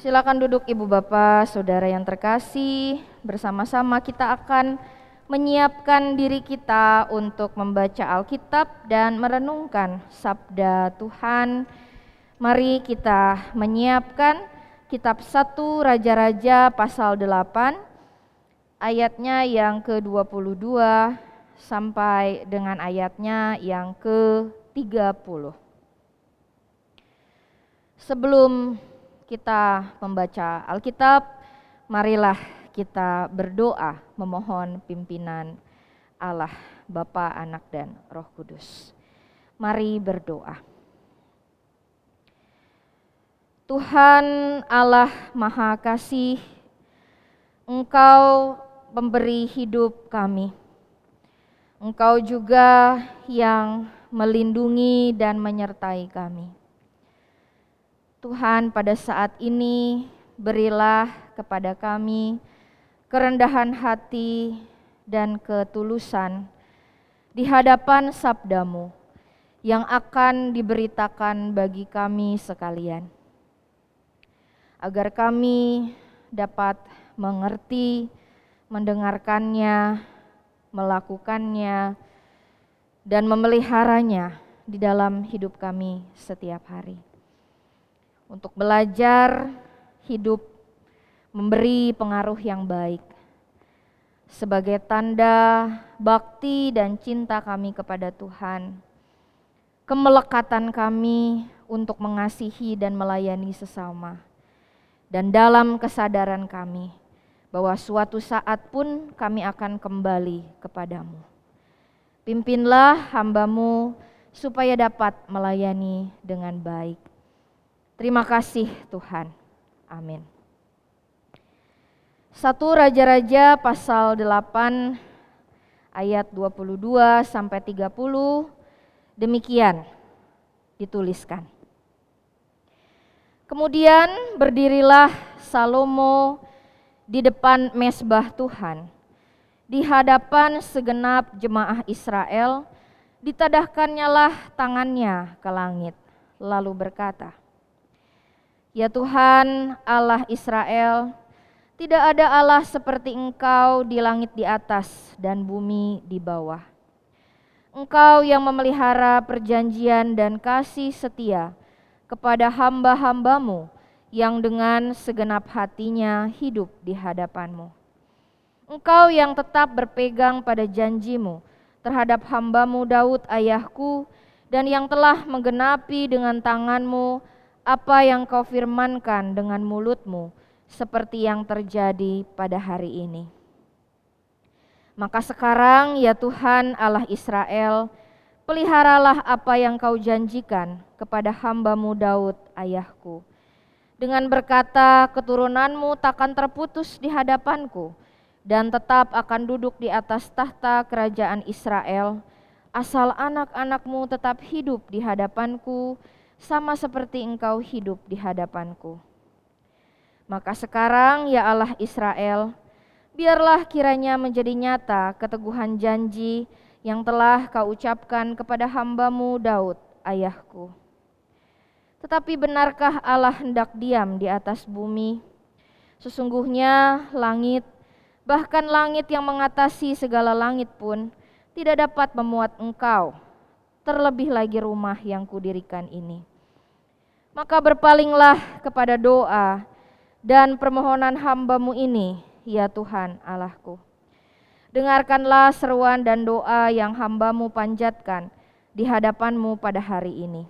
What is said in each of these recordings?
Silakan duduk Ibu Bapak, Saudara yang terkasih. Bersama-sama kita akan menyiapkan diri kita untuk membaca Alkitab dan merenungkan sabda Tuhan. Mari kita menyiapkan kitab 1 Raja-Raja pasal 8 ayatnya yang ke-22 sampai dengan ayatnya yang ke-30. Sebelum kita membaca Alkitab, marilah kita berdoa memohon pimpinan Allah, Bapa, Anak, dan Roh Kudus. Mari berdoa. Tuhan Allah Maha Kasih, Engkau pemberi hidup kami. Engkau juga yang melindungi dan menyertai kami. Tuhan, pada saat ini berilah kepada kami kerendahan hati dan ketulusan di hadapan sabda-Mu yang akan diberitakan bagi kami sekalian. Agar kami dapat mengerti, mendengarkannya, melakukannya, dan memeliharanya di dalam hidup kami setiap hari. Untuk belajar hidup memberi pengaruh yang baik sebagai tanda bakti dan cinta kami kepada Tuhan, kemelekatan kami untuk mengasihi dan melayani sesama, dan dalam kesadaran kami bahwa suatu saat pun kami akan kembali kepadamu. Pimpinlah hamba-Mu supaya dapat melayani dengan baik. Terima kasih Tuhan. Amin. 1 Raja-Raja pasal 8 ayat 22 sampai 30 demikian dituliskan. Kemudian berdirilah Salomo di depan mezbah Tuhan, di hadapan segenap jemaah Israel, ditadahkannyalah tangannya ke langit, lalu berkata, Ya Tuhan Allah Israel, tidak ada Allah seperti Engkau di langit di atas dan bumi di bawah. Engkau yang memelihara perjanjian dan kasih setia kepada hamba-hamba-Mu yang dengan segenap hatinya hidup di hadapan-Mu. Engkau yang tetap berpegang pada janji-Mu terhadap hamba-Mu Daud ayahku, dan yang telah menggenapi dengan tangan-Mu apa yang Kau firmankan dengan mulut-Mu, seperti yang terjadi pada hari ini. Maka sekarang ya Tuhan Allah Israel, peliharalah apa yang Kau janjikan kepada hamba-Mu Daud ayahku. Dengan berkata, keturunan-Mu takkan terputus di hadapanku, dan tetap akan duduk di atas tahta kerajaan Israel, asal anak-anak-Mu tetap hidup di hadapanku, sama seperti Engkau hidup di hadapanku. Maka sekarang ya Allah Israel, biarlah kiranya menjadi nyata keteguhan janji yang telah Kau ucapkan kepada hamba-Mu Daud ayahku. Tetapi benarkah Allah hendak diam di atas bumi? Sesungguhnya langit, bahkan langit yang mengatasi segala langit pun tidak dapat memuat Engkau, terlebih lagi rumah yang kudirikan ini. Maka berpalinglah kepada doa dan permohonan hamba-Mu ini, ya Tuhan Allahku. Dengarkanlah seruan dan doa yang hamba-Mu panjatkan di hadapan-Mu pada hari ini.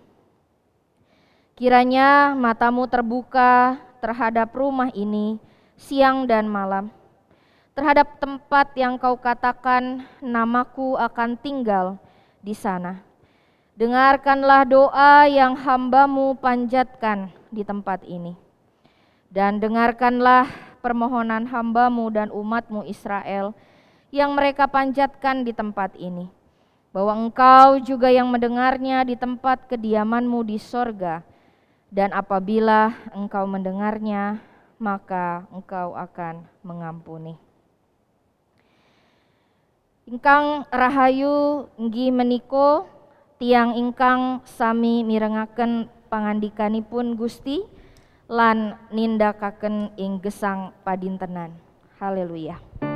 Kiranya mata-Mu terbuka terhadap rumah ini siang dan malam, terhadap tempat yang Kau katakan namaku akan tinggal di sana. Dengarkanlah doa yang hamba-Mu panjatkan di tempat ini. Dan dengarkanlah permohonan hamba-Mu dan umat-Mu Israel yang mereka panjatkan di tempat ini. Bahwa Engkau juga yang mendengarnya di tempat kediaman-Mu di sorga. Dan apabila Engkau mendengarnya, maka Engkau akan mengampuni. Ingkang rahayu inggih menika tiang ingkang sami mirengaken pangandikanipun Gusti lan nindakaken ing gesang padintenan. Haleluya.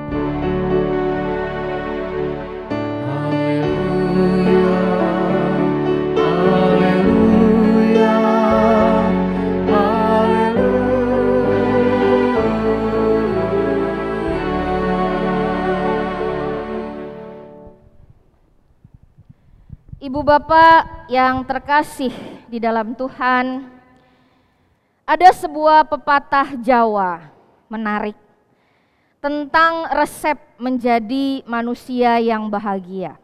Ibu bapak yang terkasih di dalam Tuhan, ada sebuah pepatah Jawa menarik tentang resep menjadi manusia yang bahagia,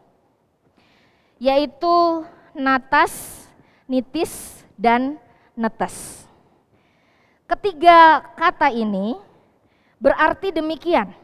yaitu natas, nitis, dan netes. Ketiga kata ini berarti demikian.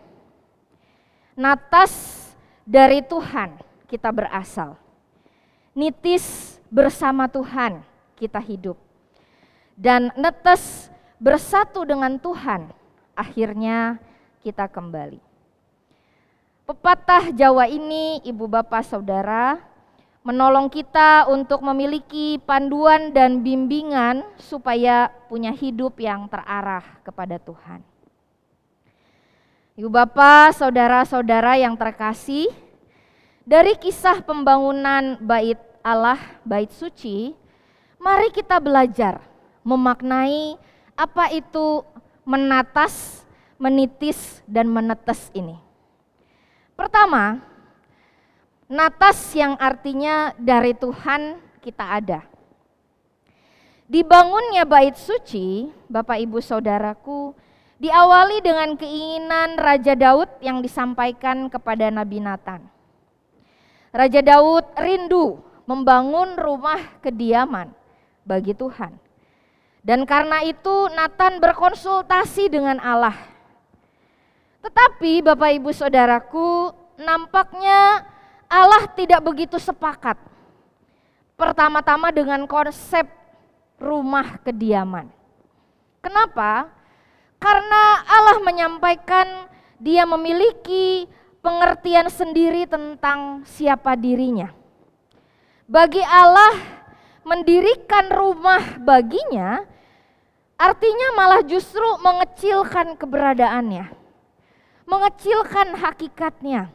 Natas, dari Tuhan kita berasal. Nitis, bersama Tuhan kita hidup. Dan netes, bersatu dengan Tuhan, akhirnya kita kembali. Pepatah Jawa ini, ibu bapak saudara, menolong kita untuk memiliki panduan dan bimbingan supaya punya hidup yang terarah kepada Tuhan. Ibu bapak, saudara-saudara yang terkasih, dari kisah pembangunan bait Allah, bait suci, mari kita belajar memaknai apa itu menatas, menitis, dan menetes ini. Pertama, natas yang artinya dari Tuhan kita ada. Dibangunnya bait suci, Bapak Ibu Saudaraku, diawali dengan keinginan Raja Daud yang disampaikan kepada Nabi Nathan. Raja Daud rindu membangun rumah kediaman bagi Tuhan. Dan karena itu Nathan berkonsultasi dengan Allah. Tetapi Bapak Ibu Saudaraku, nampaknya Allah tidak begitu sepakat. Pertama-tama dengan konsep rumah kediaman. Kenapa? Karena Allah menyampaikan Dia memiliki pengertian sendiri tentang siapa dirinya. Bagi Allah, mendirikan rumah baginya artinya malah justru mengecilkan keberadaannya, mengecilkan hakikatnya.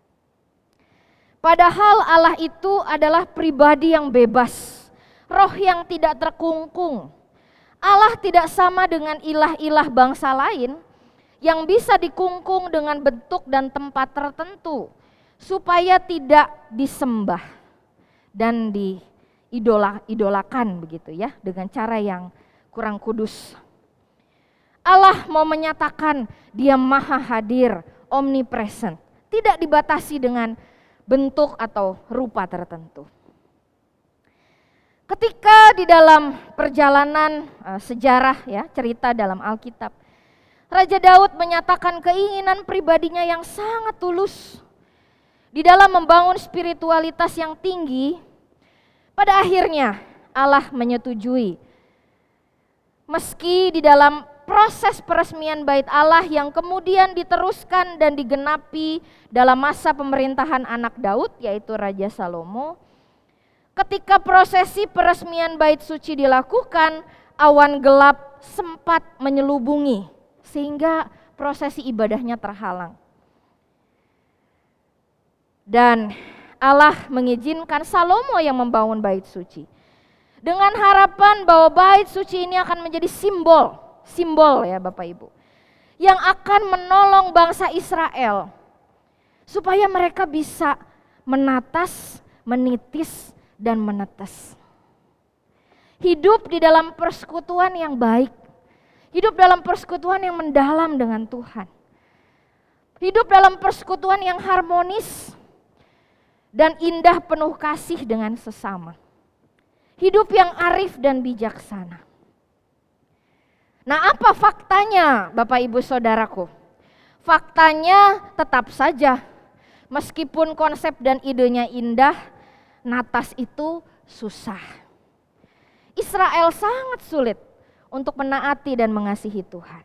Padahal Allah itu adalah pribadi yang bebas, roh yang tidak terkungkung. Allah tidak sama dengan ilah-ilah bangsa lain yang bisa dikungkung dengan bentuk dan tempat tertentu supaya tidak disembah dan diidolakan begitu ya, dengan cara yang kurang kudus. Allah mau menyatakan Dia maha hadir, omnipresent, tidak dibatasi dengan bentuk atau rupa tertentu. Ketika di dalam perjalanan sejarah ya, cerita dalam Alkitab, Raja Daud menyatakan keinginan pribadinya yang sangat tulus di dalam membangun spiritualitas yang tinggi. Pada akhirnya Allah menyetujui. Meski di dalam proses peresmian bait Allah yang kemudian diteruskan dan digenapi dalam masa pemerintahan anak Daud, yaitu Raja Salomo, ketika prosesi peresmian bait suci dilakukan, awan gelap sempat menyelubungi sehingga prosesi ibadahnya terhalang. Dan Allah mengizinkan Salomo yang membangun bait suci dengan harapan bahwa bait suci ini akan menjadi simbol ya Bapak Ibu, yang akan menolong bangsa Israel supaya mereka bisa menatas, menitis, dan menetes. Hidup di dalam persekutuan yang baik, hidup dalam persekutuan yang mendalam dengan Tuhan, hidup dalam persekutuan yang harmonis dan indah, penuh kasih dengan sesama. Hidup yang arif dan bijaksana. Nah, apa faktanya Bapak Ibu Saudaraku? Faktanya tetap saja, meskipun konsep dan idenya indah, natas itu susah. Israel sangat sulit untuk menaati dan mengasihi Tuhan.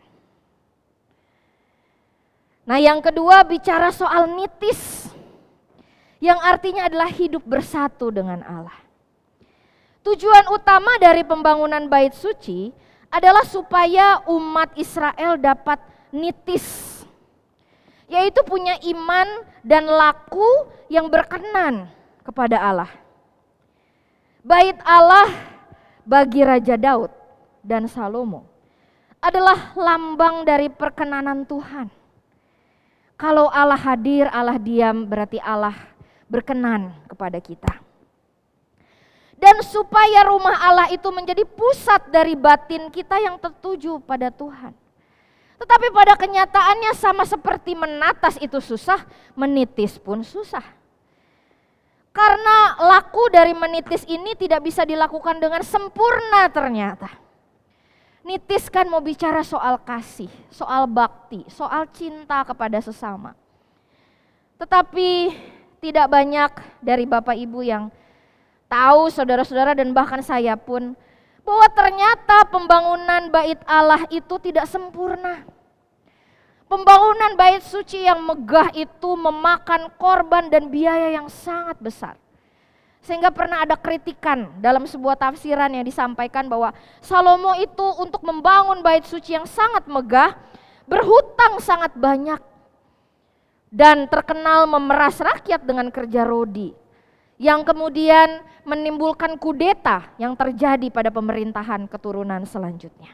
Nah, yang kedua bicara soal nitis, yang artinya adalah hidup bersatu dengan Allah. Tujuan utama dari pembangunan bait suci adalah supaya umat Israel dapat nitis, yaitu punya iman dan laku yang berkenan kepada Allah. Bait Allah bagi Raja Daud dan Salomo adalah lambang dari perkenanan Tuhan. Kalau Allah hadir, Allah diam, berarti Allah berkenan kepada kita. Dan supaya rumah Allah itu menjadi pusat dari batin kita yang tertuju pada Tuhan. Tetapi pada kenyataannya sama seperti menatas itu susah, menitis pun susah. Karena laku dari menitis ini tidak bisa dilakukan dengan sempurna ternyata. Nitis kan mau bicara soal kasih, soal bakti, soal cinta kepada sesama. Tetapi tidak banyak dari Bapak Ibu yang tahu, saudara-saudara dan bahkan saya pun, bahwa ternyata pembangunan bait Allah itu tidak sempurna. Pembangunan bait suci yang megah itu memakan korban dan biaya yang sangat besar. Sehingga pernah ada kritikan dalam sebuah tafsiran yang disampaikan bahwa Salomo itu untuk membangun bait suci yang sangat megah, berhutang sangat banyak. Dan terkenal memeras rakyat dengan kerja rodi. Yang kemudian menimbulkan kudeta yang terjadi pada pemerintahan keturunan selanjutnya.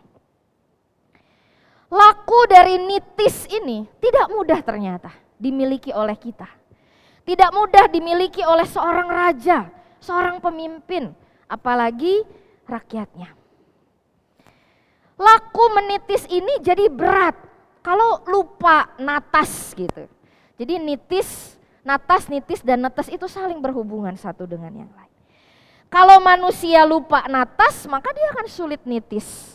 Laku dari nitis ini tidak mudah ternyata dimiliki oleh kita. Tidak mudah dimiliki oleh seorang raja, seorang pemimpin, apalagi rakyatnya. Laku menitis ini jadi berat kalau lupa natas gitu. Jadi nitis, natas, nitis, dan netes itu saling berhubungan satu dengan yang lain. Kalau manusia lupa natas, maka dia akan sulit nitis.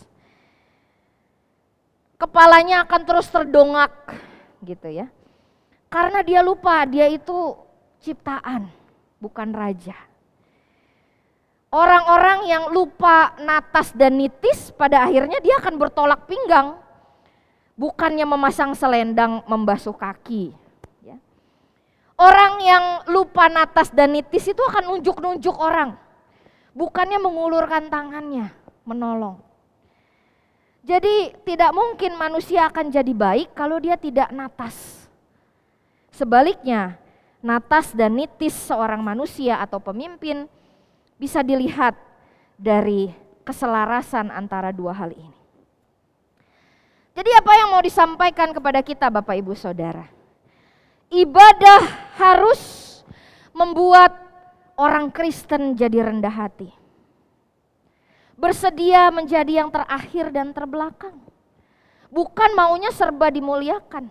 Kepalanya akan terus terdongak gitu ya. Karena dia lupa dia itu ciptaan, bukan raja. Orang-orang yang lupa natas dan nitis pada akhirnya dia akan bertolak pinggang. Bukannya memasang selendang membasuh kaki. Ya. Orang yang lupa natas dan nitis itu akan nunjuk-nunjuk orang. Bukannya mengulurkan tangannya, menolong. Jadi tidak mungkin manusia akan jadi baik kalau dia tidak natas. Sebaliknya, natas dan nitis seorang manusia atau pemimpin bisa dilihat dari keselarasan antara dua hal ini. Jadi apa yang mau disampaikan kepada kita Bapak Ibu Saudara? Ibadah harus membuat orang Kristen jadi rendah hati. Bersedia menjadi yang terakhir dan terbelakang. Bukan maunya serba dimuliakan.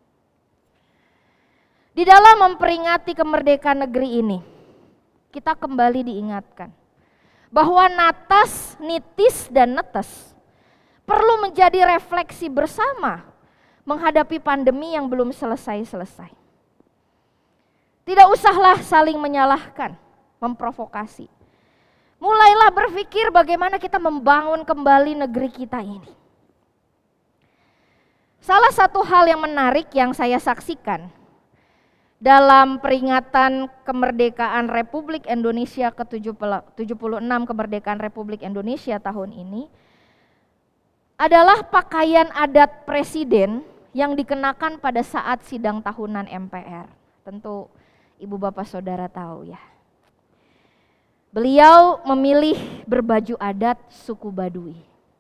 Di dalam memperingati kemerdekaan negeri ini, kita kembali diingatkan bahwa natas, nitis, dan netes perlu menjadi refleksi bersama menghadapi pandemi yang belum selesai-selesai. Tidak usahlah saling menyalahkan, memprovokasi. Mulailah berpikir bagaimana kita membangun kembali negeri kita ini. Salah satu hal yang menarik yang saya saksikan dalam peringatan kemerdekaan Republik Indonesia ke-76, kemerdekaan Republik Indonesia tahun ini, adalah pakaian adat presiden yang dikenakan pada saat sidang tahunan MPR. Tentu Ibu Bapak Saudara tahu ya. Beliau memilih berbaju adat suku Baduy.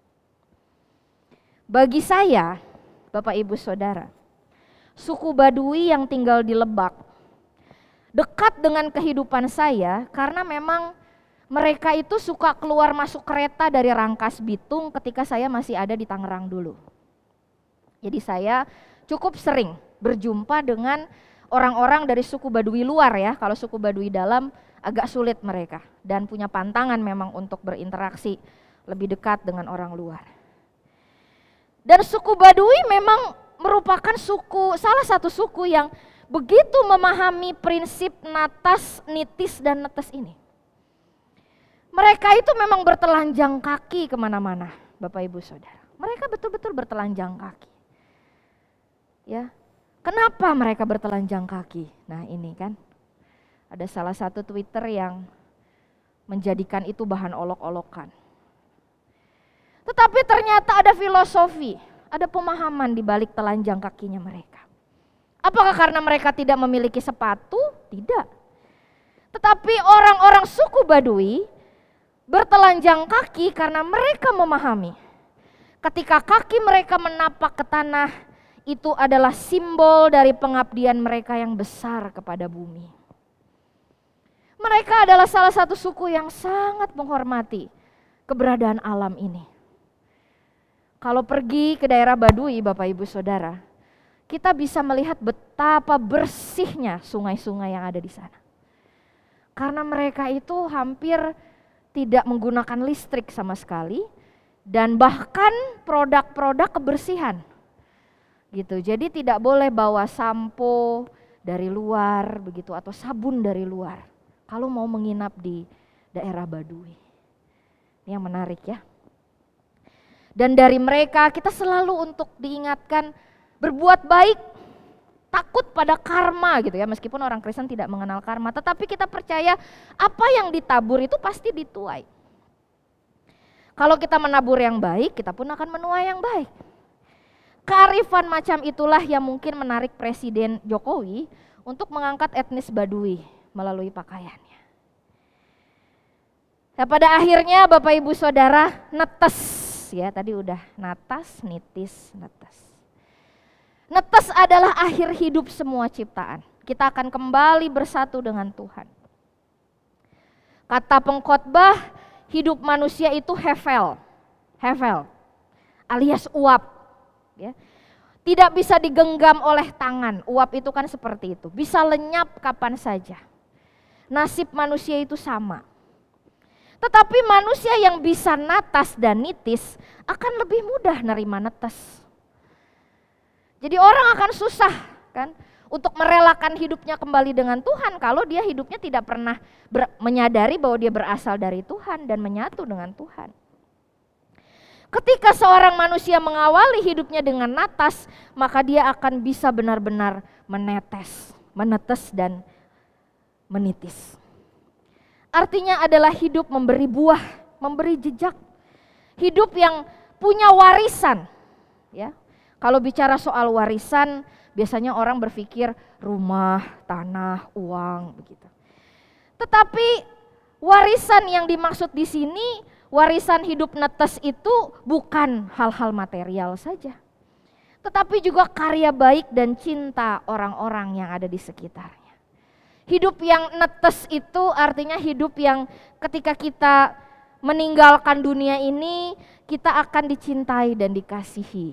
Bagi saya, Bapak Ibu Saudara, suku Baduy yang tinggal di Lebak dekat dengan kehidupan saya karena memang mereka itu suka keluar masuk kereta dari Rangkas Bitung ketika saya masih ada di Tangerang dulu. Jadi saya cukup sering berjumpa dengan orang-orang dari suku Baduy luar ya. Kalau suku Baduy dalam agak sulit mereka dan punya pantangan memang untuk berinteraksi lebih dekat dengan orang luar. Dan suku Baduy memang merupakan salah satu suku yang begitu memahami prinsip natas, nitis, dan netes ini. Mereka itu memang bertelanjang kaki kemana-mana, Bapak Ibu Saudara. Mereka betul-betul bertelanjang kaki. Ya, kenapa mereka bertelanjang kaki? Nah ini kan. Ada salah satu Twitter yang menjadikan itu bahan olok-olokan. Tetapi ternyata ada filosofi, ada pemahaman di balik telanjang kakinya mereka. Apakah karena mereka tidak memiliki sepatu? Tidak. Tetapi orang-orang suku Badui bertelanjang kaki karena mereka memahami ketika kaki mereka menapak ke tanah, itu adalah simbol dari pengabdian mereka yang besar kepada bumi. Mereka adalah salah satu suku yang sangat menghormati keberadaan alam ini. Kalau pergi ke daerah Baduy, Bapak Ibu Saudara, kita bisa melihat betapa bersihnya sungai-sungai yang ada di sana. Karena mereka itu hampir tidak menggunakan listrik sama sekali, dan bahkan produk-produk kebersihan gitu. Jadi tidak boleh bawa sampo dari luar begitu atau sabun dari luar kalau mau menginap di daerah Baduy. Ini yang menarik ya. Dan dari mereka kita selalu untuk diingatkan berbuat baik, takut pada karma gitu ya. Meskipun orang Kristen tidak mengenal karma, tetapi kita percaya apa yang ditabur itu pasti dituai. Kalau kita menabur yang baik, kita pun akan menuai yang baik. Kearifan macam itulah yang mungkin menarik Presiden Jokowi untuk mengangkat etnis Baduy melalui pakaiannya. Nah, pada akhirnya Bapak Ibu Saudara, netes ya, tadi udah natas, nitis, netes. Netes adalah akhir hidup semua ciptaan. Kita akan kembali bersatu dengan Tuhan. Kata pengkhotbah, hidup manusia itu hefel alias uap. Ya. Tidak bisa digenggam oleh tangan, uap itu kan seperti itu, bisa lenyap kapan saja. Nasib manusia itu sama. Tetapi manusia yang bisa natas dan nitis akan lebih mudah nerima netes. Jadi orang akan susah kan untuk merelakan hidupnya kembali dengan Tuhan kalau dia hidupnya tidak pernah menyadari bahwa dia berasal dari Tuhan dan menyatu dengan Tuhan. Ketika seorang manusia mengawali hidupnya dengan natas, maka dia akan bisa benar-benar menetes dan menitis. Artinya adalah hidup memberi buah, memberi jejak. Hidup yang punya warisan. Ya. Kalau bicara soal warisan, biasanya orang berpikir rumah, tanah, uang, begitu. Tetapi warisan yang dimaksud di sini, warisan hidup netes itu bukan hal-hal material saja, tetapi juga karya baik dan cinta orang-orang yang ada di sekitarnya. Hidup yang netes itu artinya hidup yang ketika kita meninggalkan dunia ini, kita akan dicintai dan dikasihi.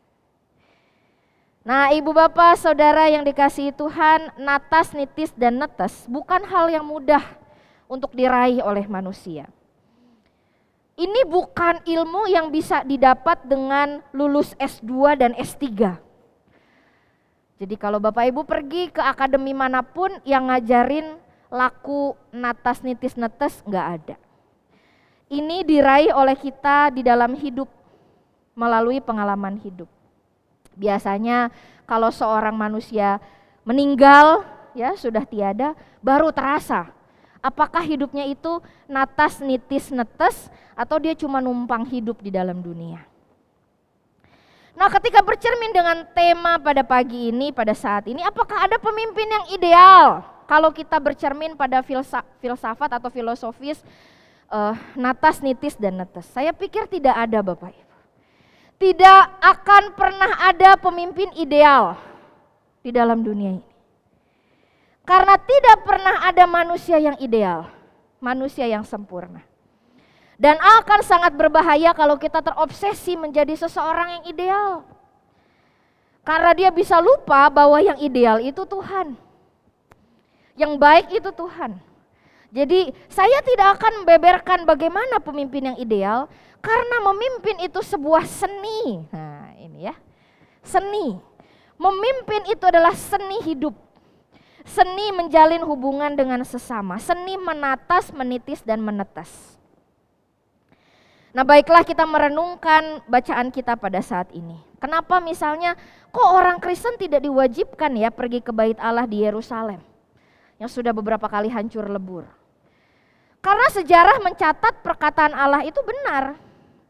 Nah, Ibu Bapak, Saudara yang dikasihi Tuhan, natas, nitis, dan netes bukan hal yang mudah untuk diraih oleh manusia. Ini bukan ilmu yang bisa didapat dengan lulus S2 dan S3. Jadi kalau Bapak Ibu pergi ke akademi manapun yang ngajarin laku natas nitis netes nggak ada. Ini diraih oleh kita di dalam hidup melalui pengalaman hidup. Biasanya kalau seorang manusia meninggal ya sudah tiada, baru terasa apakah hidupnya itu natas nitis netes atau dia cuma numpang hidup di dalam dunia. Nah, ketika bercermin dengan tema pada pagi ini, pada saat ini, apakah ada pemimpin yang ideal? Kalau kita bercermin pada filsafat atau filosofis natas, nitis, dan netes. Saya pikir tidak ada, Bapak Ibu. Tidak akan pernah ada pemimpin ideal di dalam dunia ini. Karena tidak pernah ada manusia yang ideal, manusia yang sempurna. Dan akan sangat berbahaya kalau kita terobsesi menjadi seseorang yang ideal. Karena dia bisa lupa bahwa yang ideal itu Tuhan. Yang baik itu Tuhan. Jadi saya tidak akan membeberkan bagaimana pemimpin yang ideal, karena memimpin itu sebuah seni. Nah ini ya, seni. Memimpin itu adalah seni hidup. Seni menjalin hubungan dengan sesama, seni menatas, menitis, dan menetes. Nah baiklah kita merenungkan bacaan kita pada saat ini. Kenapa misalnya kok orang Kristen tidak diwajibkan ya pergi ke Bait Allah di Yerusalem yang sudah beberapa kali hancur lebur? Karena sejarah mencatat perkataan Allah itu benar.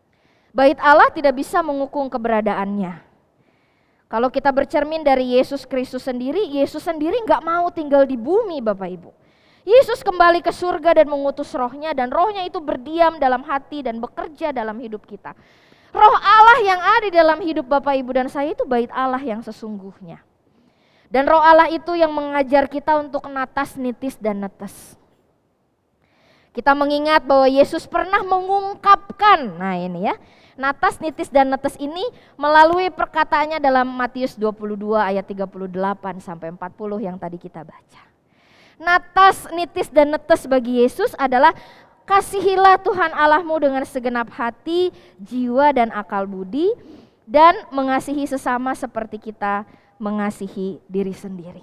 Bait Allah tidak bisa mengukung keberadaannya. Kalau kita bercermin dari Yesus Kristus sendiri nggak mau tinggal di bumi Bapak Ibu. Yesus kembali ke surga dan mengutus rohnya, dan rohnya itu berdiam dalam hati dan bekerja dalam hidup kita. Roh Allah yang ada di dalam hidup Bapak Ibu dan saya itu bait Allah yang sesungguhnya. Dan roh Allah itu yang mengajar kita untuk natas, nitis, dan netes. Kita mengingat bahwa Yesus pernah mengungkapkan, nah ini ya, natas, nitis, dan netes ini melalui perkataannya dalam Matius 22 ayat 38 sampai 40 yang tadi kita baca. Natas, nitis, dan netes bagi Yesus adalah kasihilah Tuhan Allahmu dengan segenap hati, jiwa, dan akal budi, dan mengasihi sesama seperti kita mengasihi diri sendiri.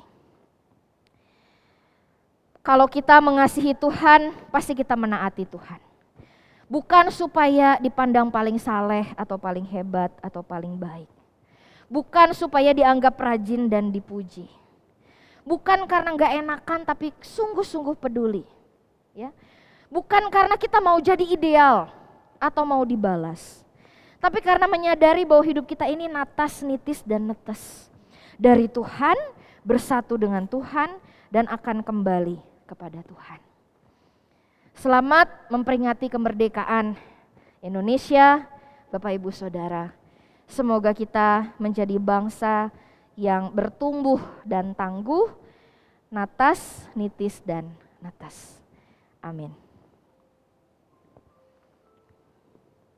Kalau kita mengasihi Tuhan, pasti kita menaati Tuhan. Bukan supaya dipandang paling saleh atau paling hebat atau paling baik. Bukan supaya dianggap rajin dan dipuji. Bukan karena gak enakan tapi sungguh-sungguh peduli. Ya. Bukan karena kita mau jadi ideal atau mau dibalas. Tapi karena menyadari bahwa hidup kita ini natas, nitis, dan netes. Dari Tuhan, bersatu dengan Tuhan, dan akan kembali kepada Tuhan. Selamat memperingati kemerdekaan Indonesia, Bapak Ibu Saudara. Semoga kita menjadi bangsa yang bertumbuh dan tangguh, natas, nitis, dan netes. Amin.